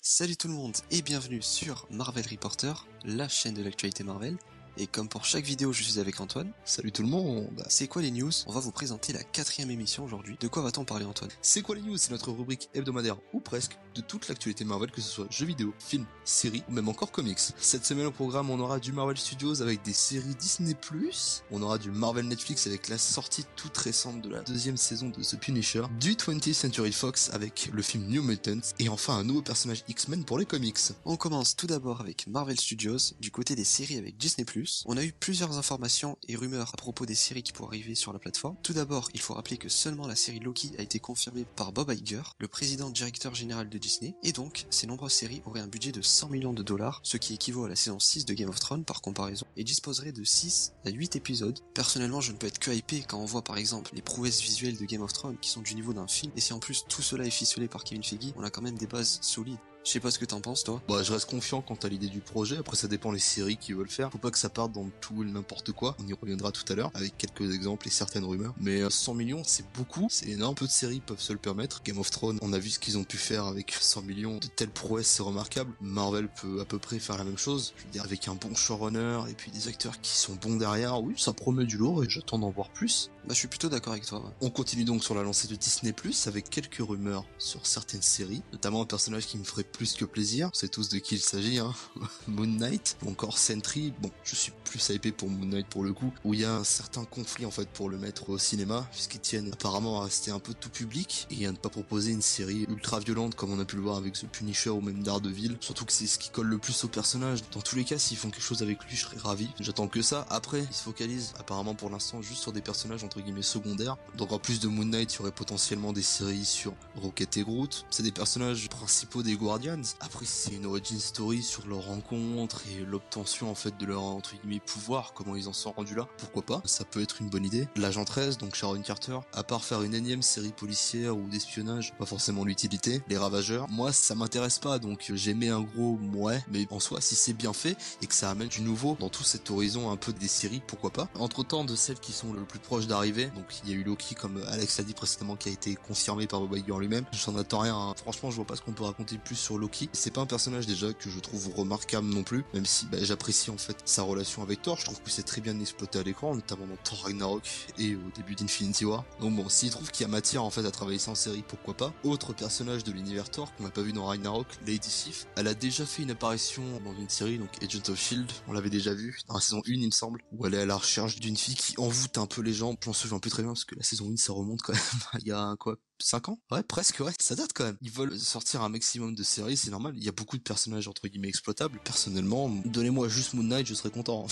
Salut tout le monde et bienvenue sur Marvel Reporter, la chaîne de l'actualité Marvel. Et comme pour chaque vidéo, je suis avec Antoine. Salut tout le monde. C'est quoi les news? On va vous présenter la 4e émission aujourd'hui. De quoi va-t-on parler, Antoine? C'est quoi les news? C'est notre rubrique hebdomadaire, ou presque, de toute l'actualité Marvel, que ce soit jeux vidéo, films, séries, ou même encore comics. Cette semaine au programme, on aura du Marvel Studios avec des séries Disney+, on aura du Marvel Netflix avec la sortie toute récente de la 2e saison de The Punisher, du 20th Century Fox avec le film New Mutants, et enfin un nouveau personnage X-Men pour les comics. On commence tout d'abord avec Marvel Studios, du côté des séries avec Disney+. On a eu plusieurs informations et rumeurs à propos des séries qui pourraient arriver sur la plateforme. Tout d'abord, il faut rappeler que seulement la série Loki a été confirmée par Bob Iger, le président directeur général de Disney, et donc ces nombreuses séries auraient un budget de 100 millions de dollars, ce qui équivaut à la saison 6 de Game of Thrones par comparaison, et disposerait de 6 à 8 épisodes. Personnellement, je ne peux être que hypé quand on voit par exemple les prouesses visuelles de Game of Thrones qui sont du niveau d'un film, et si en plus tout cela est ficelé par Kevin Feige, on a quand même des bases solides. Je sais pas ce que t'en penses, toi. Je reste confiant quant à l'idée du projet, après ça dépend les séries qu'ils veulent faire. Faut pas que ça parte dans tout et n'importe quoi, on y reviendra tout à l'heure, avec quelques exemples et certaines rumeurs. Mais 100 millions, c'est beaucoup, c'est énorme, peu de séries peuvent se le permettre. Game of Thrones, on a vu ce qu'ils ont pu faire avec 100 millions, de telles prouesses, c'est remarquable. Marvel peut à peu près faire la même chose, je veux dire, avec un bon showrunner, et puis des acteurs qui sont bons derrière, oui, ça promet du lourd, et j'attends d'en voir plus. Je suis plutôt d'accord avec toi. Ouais. On continue donc sur la lancée de Disney+, avec quelques rumeurs sur certaines séries, notamment un personnage qui me ferait plus que plaisir. On sait tous de qui il s'agit, hein. Moon Knight, ou encore Sentry. Bon, je suis plus hypé pour Moon Knight pour le coup, où il y a un certain conflit en fait pour le mettre au cinéma, puisqu'ils tiennent apparemment à rester un peu tout public, et à ne pas proposer une série ultra violente comme on a pu le voir avec The Punisher ou même Daredevil, surtout que c'est ce qui colle le plus au personnage. Dans tous les cas, s'ils font quelque chose avec lui, je serais ravi. J'attends que ça. Après, ils se focalisent apparemment pour l'instant juste sur des personnages entre guillemets secondaires, donc en plus de Moon Knight, il y aurait potentiellement des séries sur Rocket et Groot, c'est des personnages principaux des Guardians. Après, c'est une origin story sur leur rencontre et l'obtention en fait de leur entre guillemets pouvoir, comment ils en sont rendus là, pourquoi pas, ça peut être une bonne idée. L'agent 13, donc Sharon Carter, à part faire une énième série policière ou d'espionnage, pas forcément l'utilité. Les Ravageurs, moi ça m'intéresse pas, donc j'ai mis un gros ouais, mais en soi si c'est bien fait et que ça amène du nouveau dans tout cet horizon un peu des séries, pourquoi pas. Entre temps, de celles qui sont le plus proches d'arriver, donc il y a eu Loki comme Alex l'a dit précédemment qui a été confirmé par Bob Iger lui-même, j'en attends rien, hein. Franchement je vois pas ce qu'on peut raconter plus sur Loki. C'est pas un personnage déjà que je trouve remarquable non plus, même si j'apprécie en fait sa relation avec Thor, je trouve que c'est très bien exploité à l'écran, notamment dans Thor Ragnarok et au début d'Infinity War. Donc bon, s'il trouve qu'il y a matière en fait à travailler ça en série, pourquoi pas. Autre personnage de l'univers Thor qu'on n'a pas vu dans Ragnarok, Lady Sif, elle a déjà fait une apparition dans une série, donc Agents of Shield, on l'avait déjà vu dans la saison 1 il me semble, où elle est à la recherche d'une fille qui envoûte un peu les gens. Je m'en souviens plus très bien parce que la saison 1 ça remonte quand même il y a quoi, 5 ans? Ouais, presque, ouais, ça date quand même. Ils veulent sortir un maximum de séries, c'est normal. Il y a beaucoup de personnages entre guillemets exploitables. Personnellement, donnez-moi juste Moon Knight, je serais content.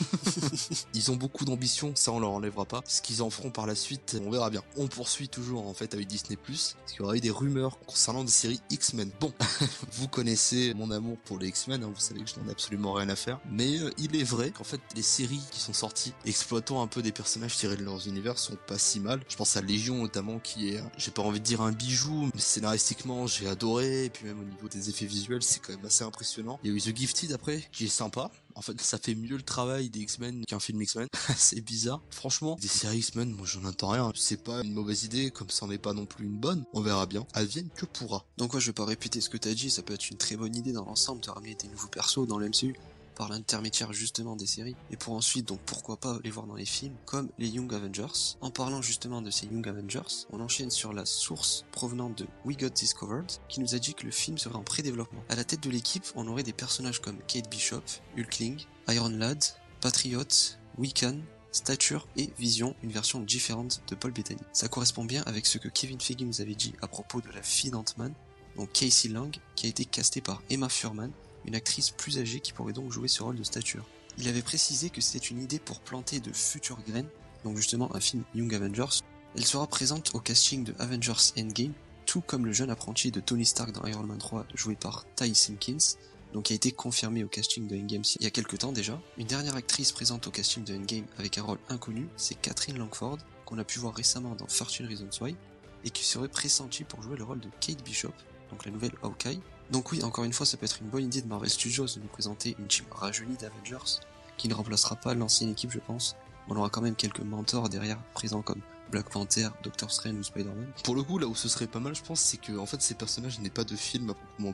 Ils ont beaucoup d'ambition, ça on leur enlèvera pas. Ce qu'ils en feront par la suite, on verra bien. On poursuit toujours en fait avec Disney+, parce qu'il y aura eu des rumeurs concernant des séries X-Men. Bon, vous connaissez mon amour pour les X-Men, hein, vous savez que je n'en ai absolument rien à faire. Mais il est vrai qu'en fait, les séries qui sont sorties, exploitant un peu des personnages tirés de leurs univers, sont pas si mal. Je pense à Légion notamment, qui est, j'ai pas envie de dire un bijou, mais scénaristiquement j'ai adoré, et puis même au niveau des effets visuels c'est quand même assez impressionnant. Il y a eu The Gifted après, qui est sympa. En fait, ça fait mieux le travail des X-Men qu'un film X-Men. C'est bizarre. Franchement, des séries X-Men, moi j'en entends rien. C'est pas une mauvaise idée, comme ça en est pas non plus une bonne. On verra bien. Advienne que pourra. Donc ouais, je vais pas répéter ce que t'as dit, ça peut être une très bonne idée dans l'ensemble de ramener des nouveaux persos dans le MCU. Par l'intermédiaire justement des séries, et pour ensuite donc pourquoi pas les voir dans les films, comme les Young Avengers. En parlant justement de ces Young Avengers, on enchaîne sur la source provenant de We Got Discovered, qui nous a dit que le film serait en pré-développement. À la tête de l'équipe, on aurait des personnages comme Kate Bishop, Hulkling, Iron Lad, Patriot, Wiccan, Stature et Vision, une version différente de Paul Bettany. Ça correspond bien avec ce que Kevin Feige nous avait dit à propos de la fille d'Ant-Man, donc Casey Lang, qui a été castée par Emma Furman, une actrice plus âgée qui pourrait donc jouer ce rôle de Stature. Il avait précisé que c'était une idée pour planter de futures graines, donc justement un film Young Avengers. Elle sera présente au casting de Avengers Endgame, tout comme le jeune apprenti de Tony Stark dans Iron Man 3 joué par Ty Simpkins, donc qui a été confirmé au casting de Endgame il y a quelques temps déjà. Une dernière actrice présente au casting de Endgame avec un rôle inconnu, c'est Catherine Langford, qu'on a pu voir récemment dans 13 Reasons Why, et qui serait pressentie pour jouer le rôle de Kate Bishop, donc la nouvelle Hawkeye. Donc oui, encore une fois, ça peut être une bonne idée de Marvel Studios de nous présenter une team rajeunie d'Avengers, qui ne remplacera pas l'ancienne équipe je pense. On aura quand même quelques mentors derrière, présents comme Black Panther, Doctor Strange ou Spider-Man. Pour le coup, là où ce serait pas mal, je pense, c'est que en fait ces personnages n'aient pas de film à proprement parler.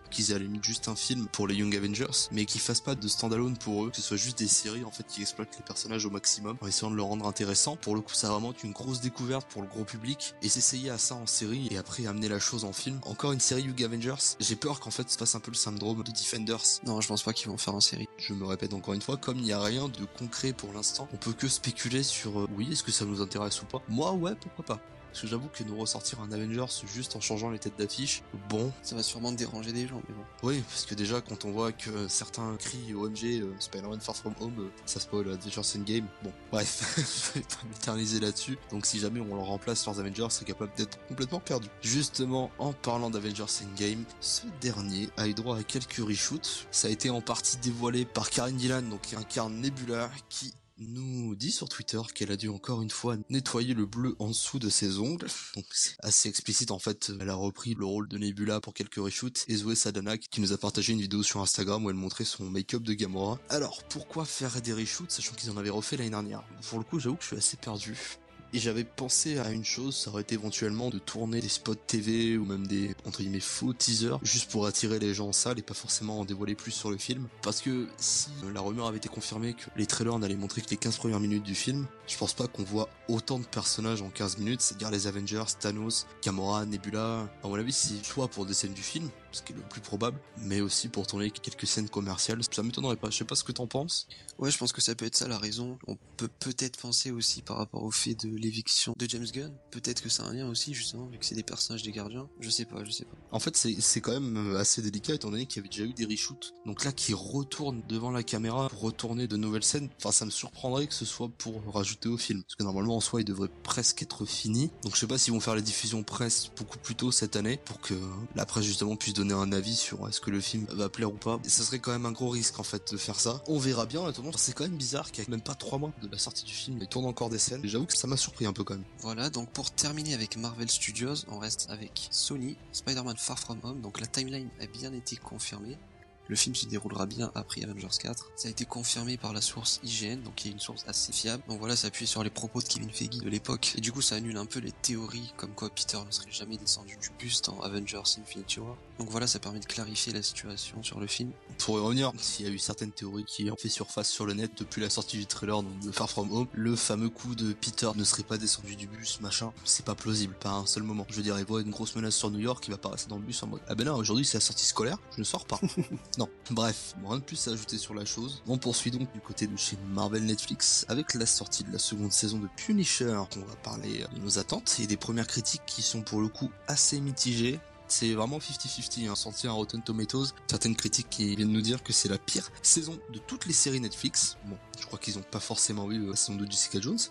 qu'ils aient à la limite juste un film pour les Young Avengers, mais qu'ils fassent pas de standalone pour eux, que ce soit juste des séries en fait qui exploitent les personnages au maximum en essayant de le rendre intéressant. Pour le coup, ça a vraiment été une grosse découverte pour le gros public et s'essayer à ça en série et après amener la chose en film. Encore une série Young Avengers, j'ai peur qu'en fait se fasse un peu le syndrome de Defenders. Non, je pense pas qu'ils vont faire en série. Je me répète encore une fois, comme il n'y a rien de concret pour l'instant, on peut que spéculer sur oui, est-ce que ça nous intéresse ou pas. Moi, ouais, pourquoi pas. Parce que j'avoue que nous ressortir un Avengers juste en changeant les têtes d'affiche, bon... Ça va sûrement déranger des gens, mais bon. Oui, parce que déjà, quand on voit que certains crient OMG, Spider-Man Far From Home, ça spoil Avengers Endgame. Bon, bref, je vais pas m'éterniser là-dessus. Donc si jamais on leur remplace leurs Avengers, c'est capable d'être complètement perdu. Justement, en parlant d'Avengers Endgame, ce dernier a eu droit à quelques reshoots. Ça a été en partie dévoilé par Karen Gillan, donc qui incarne Nebula, qui nous dit sur Twitter qu'elle a dû encore une fois nettoyer le bleu en dessous de ses ongles. Donc c'est assez explicite en fait. Elle a repris le rôle de Nebula pour quelques reshoots. Et Zoé Sadana qui nous a partagé une vidéo sur Instagram où elle montrait son make-up de Gamora. Alors pourquoi faire des reshoots sachant qu'ils en avaient refait l'année dernière? Pour le coup j'avoue que je suis assez perdu. Et j'avais pensé à une chose, ça aurait été éventuellement de tourner des spots TV ou même des, entre guillemets, faux teasers, juste pour attirer les gens en salle et pas forcément en dévoiler plus sur le film. Parce que si la rumeur avait été confirmée que les trailers n'allaient montrer que les 15 premières minutes du film, je pense pas qu'on voit autant de personnages en 15 minutes, c'est-à-dire les Avengers, Thanos, Gamora, Nebula. À mon avis, c'est soit pour des scènes du film, ce qui est le plus probable, mais aussi pour tourner quelques scènes commerciales. Ça m'étonnerait pas, je sais pas ce que t'en penses. Ouais, je pense que ça peut être ça la raison. On peut peut-être penser aussi par rapport au fait de l'éviction de James Gunn. Peut-être que ça a un lien aussi, justement, vu que c'est des personnages des Gardiens. Je sais pas. En fait, c'est quand même assez délicat étant donné qu'il y avait déjà eu des reshoots. Donc là, qui retourne devant la caméra pour retourner de nouvelles scènes, enfin, ça me surprendrait que ce soit pour rajouter au film. Parce que normalement, en soi, il devrait presque être fini. Donc je sais pas s'ils vont faire la diffusion presse beaucoup plus tôt cette année pour que la presse, justement, puisse donner un avis sur est-ce que le film va plaire ou pas. Et ça serait quand même un gros risque, en fait, de faire ça. On verra bien, en attendant. C'est quand même bizarre qu'avec même pas 3 mois de la sortie du film, il tourne encore des scènes. Et j'avoue que ça m'a surpris un peu quand même. Voilà, donc pour terminer avec Marvel Studios, on reste avec Sony, Spider-Man Far From Home, donc la timeline a bien été confirmée. Le film se déroulera bien après Avengers 4. Ça a été confirmé par la source IGN, donc qui est une source assez fiable. Donc voilà, ça appuie sur les propos de Kevin Feige de l'époque. Et du coup, ça annule un peu les théories comme quoi Peter ne serait jamais descendu du bus dans Avengers Infinity War. Donc voilà, ça permet de clarifier la situation sur le film. Pour y revenir, s'il y a eu certaines théories qui ont fait surface sur le net depuis la sortie du trailer donc de Far From Home, le fameux coup de Peter ne serait pas descendu du bus, machin, c'est pas plausible, pas un seul moment. Je veux dire, il voit une grosse menace sur New York, il va pas rester dans le bus en mode ah ben là, aujourd'hui c'est la sortie scolaire, je ne sors pas. Non, bref, rien de plus à ajouter sur la chose. On poursuit donc du côté de chez Marvel Netflix avec la sortie de la seconde saison de Punisher. On va parler de nos attentes et des premières critiques qui sont pour le coup assez mitigées. C'est vraiment 50-50, hein. Sorti un Rotten Tomatoes, certaines critiques qui viennent nous dire que c'est la pire saison de toutes les séries Netflix. Bon, je crois qu'ils ont pas forcément vu la saison de Jessica Jones.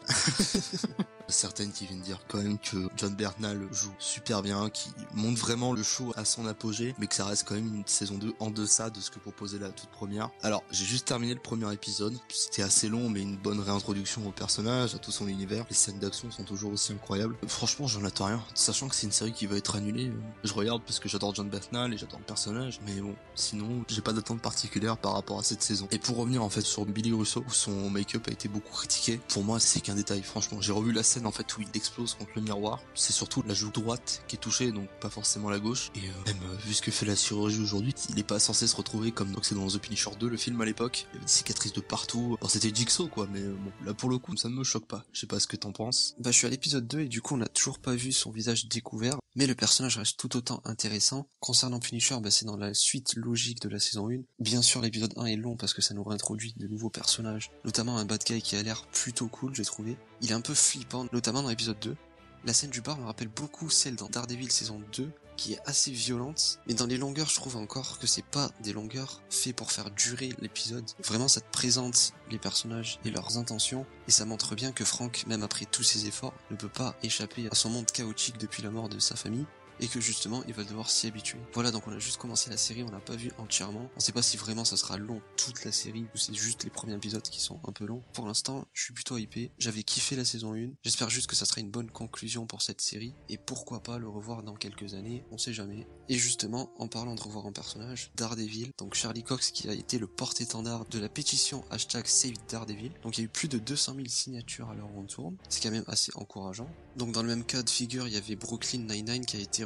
Certaines qui viennent dire quand même que John Bernal joue super bien, qui monte vraiment le show à son apogée, mais que ça reste quand même une saison 2 en deçà de ce que proposait la toute première. Alors, j'ai juste terminé le premier épisode, c'était assez long, mais une bonne réintroduction au personnage, à tout son univers. Les scènes d'action sont toujours aussi incroyables. Franchement, j'en attends rien, sachant que c'est une série qui va être annulée. Je regarde parce que j'adore John Bernal et j'adore le personnage, mais bon, sinon, j'ai pas d'attente particulière par rapport à cette saison. Et pour revenir en fait sur Billy Russo, où son make-up a été beaucoup critiqué, pour moi, c'est qu'un détail, franchement. J'ai revu la scène en fait où il explose contre le miroir, c'est surtout la joue droite qui est touchée, donc pas forcément la gauche. Et même vu ce que fait la chirurgie aujourd'hui, il est pas censé se retrouver comme donc c'est dans The Punisher 2 le film à l'époque. Il y avait des cicatrices de partout. Alors c'était Jigsaw quoi, mais bon, là pour le coup ça ne me choque pas. Je sais pas ce que t'en penses. Bah je suis à l'épisode 2 et du coup on n'a toujours pas vu son visage découvert, mais le personnage reste tout autant intéressant. Concernant Punisher, bah c'est dans la suite logique de la saison 1. Bien sûr l'épisode 1 est long parce que ça nous réintroduit de nouveaux personnages, notamment un bad guy qui a l'air plutôt cool j'ai trouvé. Il est un peu flippant, notamment dans l'épisode 2. La scène du bar me rappelle beaucoup celle dans Daredevil saison 2, qui est assez violente, mais dans les longueurs je trouve encore que c'est pas des longueurs faites pour faire durer l'épisode. Vraiment ça te présente les personnages et leurs intentions, et ça montre bien que Frank, même après tous ses efforts, ne peut pas échapper à son monde chaotique depuis la mort de sa famille, et que justement il va devoir s'y habituer. Voilà, donc on a juste commencé la série, on l'a pas vu entièrement. On sait pas si vraiment ça sera long toute la série ou c'est juste les premiers épisodes qui sont un peu longs. Pour l'instant, je suis plutôt hypé. J'avais kiffé la saison 1. J'espère juste que ça sera une bonne conclusion pour cette série et pourquoi pas le revoir dans quelques années, on sait jamais. Et justement, en parlant de revoir un personnage, Daredevil, donc Charlie Cox qui a été le porte-étendard de la pétition #SaveDaredevil. Donc il y a eu plus de 200 000 signatures à l'heure où on tourne. C'est quand même assez encourageant. Donc dans le même cas de figure, il y avait Brooklyn Nine-Nine qui a été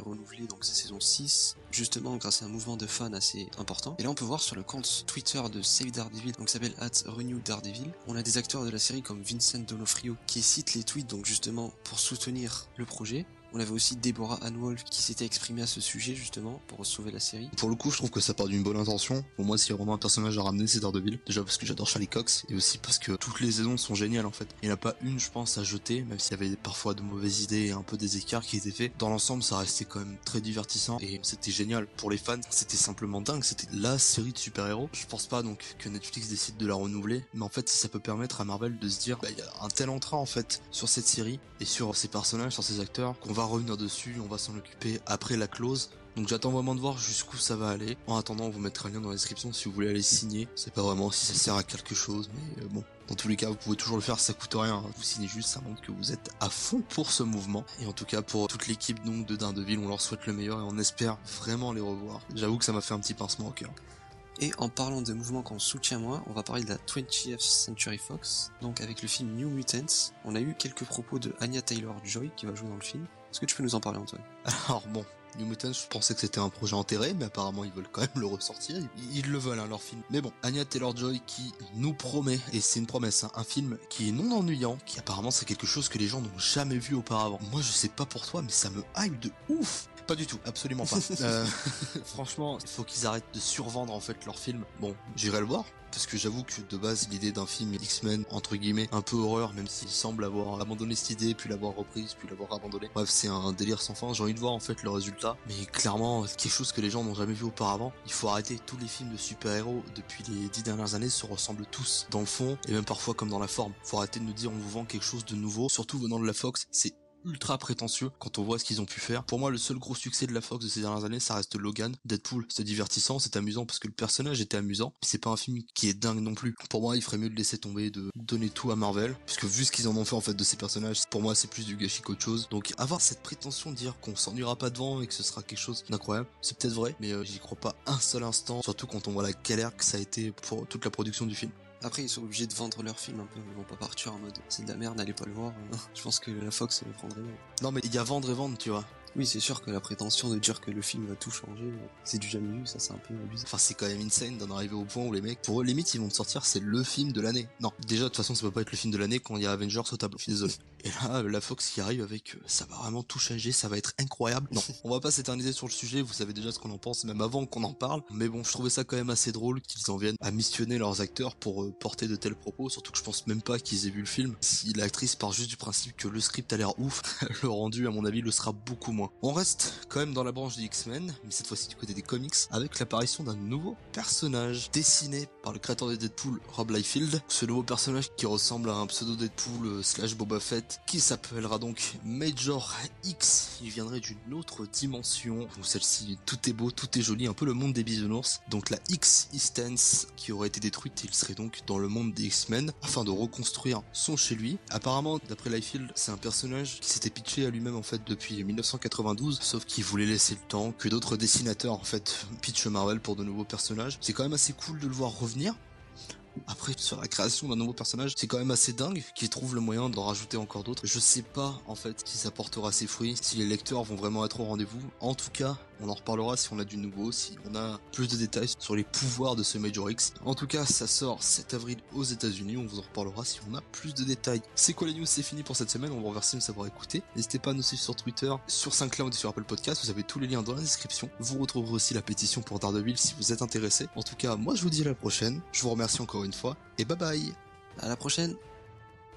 renouvelé donc sa saison 6, justement grâce à un mouvement de fans assez important. Et là on peut voir sur le compte Twitter de Save Daredevil, donc ça s'appelle @RenewDaredevil, on a des acteurs de la série comme Vincent D'Onofrio qui citent les tweets donc justement pour soutenir le projet. On avait aussi Deborah Ann Wolf qui s'était exprimée à ce sujet justement pour sauver la série. Pour le coup, je trouve que ça part d'une bonne intention. Pour moi, s'il y a vraiment un personnage à ramener, c'est Daredevil. Déjà parce que j'adore Charlie Cox et aussi parce que toutes les saisons sont géniales en fait. Il n'y en a pas une, je pense, à jeter, même s'il y avait parfois de mauvaises idées et un peu des écarts qui étaient faits. Dans l'ensemble, ça restait quand même très divertissant et c'était génial. Pour les fans, c'était simplement dingue. C'était la série de super-héros. Je pense pas donc que Netflix décide de la renouveler, mais en fait, si ça peut permettre à Marvel de se dire, il y a un tel entrain en fait sur cette série et sur ces personnages, sur ces acteurs, qu'on va revenir dessus. On va s'en occuper après la close. Donc j'attends vraiment de voir jusqu'où ça va aller. En attendant, on vous mettra un lien dans la description si vous voulez aller signer. C'est pas vraiment si ça sert à quelque chose, mais bon. Dans tous les cas, vous pouvez toujours le faire, ça coûte rien. Vous signez juste, ça montre que vous êtes à fond pour ce mouvement. Et en tout cas, pour toute l'équipe donc de Daredevil, on leur souhaite le meilleur et on espère vraiment les revoir. J'avoue que ça m'a fait un petit pincement au cœur. Et en parlant de mouvements qu'on soutient moins, on va parler de la 20th Century Fox. Donc avec le film New Mutants, on a eu quelques propos de Anya Taylor-Joy qui va jouer dans le film. Est-ce que tu peux nous en parler, Antoine? Alors bon, New Mutants, je pensais que c'était un projet enterré, mais apparemment ils veulent quand même le ressortir. Ils le veulent, hein, leur film. Mais bon, Anya Taylor-Joy qui nous promet, et c'est une promesse, hein, un film qui est non ennuyant, qui apparemment c'est quelque chose que les gens n'ont jamais vu auparavant. Moi je sais pas pour toi, mais ça me hype de ouf. Pas du tout, absolument pas. Franchement, il faut qu'ils arrêtent de survendre en fait leur film. Bon, j'irai le voir. Parce que j'avoue que de base l'idée d'un film X-Men entre guillemets un peu horreur, même s'il semble avoir abandonné cette idée, puis l'avoir reprise, puis l'avoir abandonné. Bref, c'est un délire sans fin, j'ai envie de voir en fait le résultat. Mais clairement, quelque chose que les gens n'ont jamais vu auparavant. Il faut arrêter, tous les films de super-héros depuis les 10 dernières années se ressemblent tous dans le fond et même parfois comme dans la forme. Faut arrêter de nous dire on vous vend quelque chose de nouveau, surtout venant de la Fox, c'est ultra prétentieux quand on voit ce qu'ils ont pu faire. Pour moi, le seul gros succès de la Fox de ces dernières années, ça reste Logan. Deadpool, c'est divertissant, c'est amusant parce que le personnage était amusant, mais c'est pas un film qui est dingue non plus. Pour moi, il ferait mieux de laisser tomber, de donner tout à Marvel, puisque vu ce qu'ils en ont fait en fait de ces personnages, pour moi c'est plus du gâchis qu'autre chose. Donc avoir cette prétention de dire qu'on s'ennuiera pas devant et que ce sera quelque chose d'incroyable, c'est peut-être vrai, mais j'y crois pas un seul instant, surtout quand on voit la galère que ça a été pour toute la production du film. Après, ils sont obligés de vendre leur film un peu, ils vont pas partir en mode c'est de la merde, n'allez pas le voir. Je pense que la Fox le prendrait mal. Non mais il y a vendre et vendre, tu vois. Oui, c'est sûr que la prétention de dire que le film va tout changer, c'est du jamais vu, ça c'est un peu abusé. Enfin, c'est quand même insane d'en arriver au point où les mecs, pour eux, limite, ils vont te sortir, c'est le film de l'année. Non, déjà, de toute façon, ça peut pas être le film de l'année quand il y a Avengers au tableau, je suis désolé. Et là, la Fox qui arrive avec, ça va vraiment tout changer, ça va être incroyable. Non, on va pas s'éterniser sur le sujet, vous savez déjà ce qu'on en pense, même avant qu'on en parle. Mais bon, je trouvais ça quand même assez drôle qu'ils en viennent à missionner leurs acteurs pour porter de tels propos, surtout que je pense même pas qu'ils aient vu le film. Si l'actrice part juste du principe que le script a l'air ouf, le rendu, à mon avis, le sera beaucoup moins. On reste quand même dans la branche des X-Men, mais cette fois-ci du côté des comics, avec l'apparition d'un nouveau personnage dessiné par le créateur de Deadpool, Rob Liefeld. Ce nouveau personnage qui ressemble à un pseudo Deadpool / Boba Fett, qui s'appellera donc Major X. Il viendrait d'une autre dimension, où celle-ci, tout est beau, tout est joli, un peu le monde des bisounours. Donc la X-Istance qui aurait été détruite, il serait donc dans le monde des X-Men, afin de reconstruire son chez lui. Apparemment, d'après Liefeld, c'est un personnage qui s'était pitché à lui-même en fait depuis 1992, sauf qu'il voulait laisser le temps que d'autres dessinateurs en fait pitchent Marvel pour de nouveaux personnages. C'est quand même assez cool de le voir revenir. Après, sur la création d'un nouveau personnage, c'est quand même assez dingue qu'ils trouvent le moyen d'en rajouter encore d'autres. Je sais pas, en fait, si ça portera ses fruits, si les lecteurs vont vraiment être au rendez-vous. En tout cas, on en reparlera si on a du nouveau, si on a plus de détails sur les pouvoirs de ce Major X. En tout cas, ça sort 7 avril aux États-Unis, on vous en reparlera si on a plus de détails. C'est quoi les news, c'est fini pour cette semaine, on vous remercie de nous avoir écouté. N'hésitez pas à nous suivre sur Twitter, sur SoundCloud et sur Apple Podcast, vous avez tous les liens dans la description. Vous retrouverez aussi la pétition pour Daredevil si vous êtes intéressé. En tout cas, moi je vous dis à la prochaine, je vous remercie encore une fois, et bye bye. À la prochaine.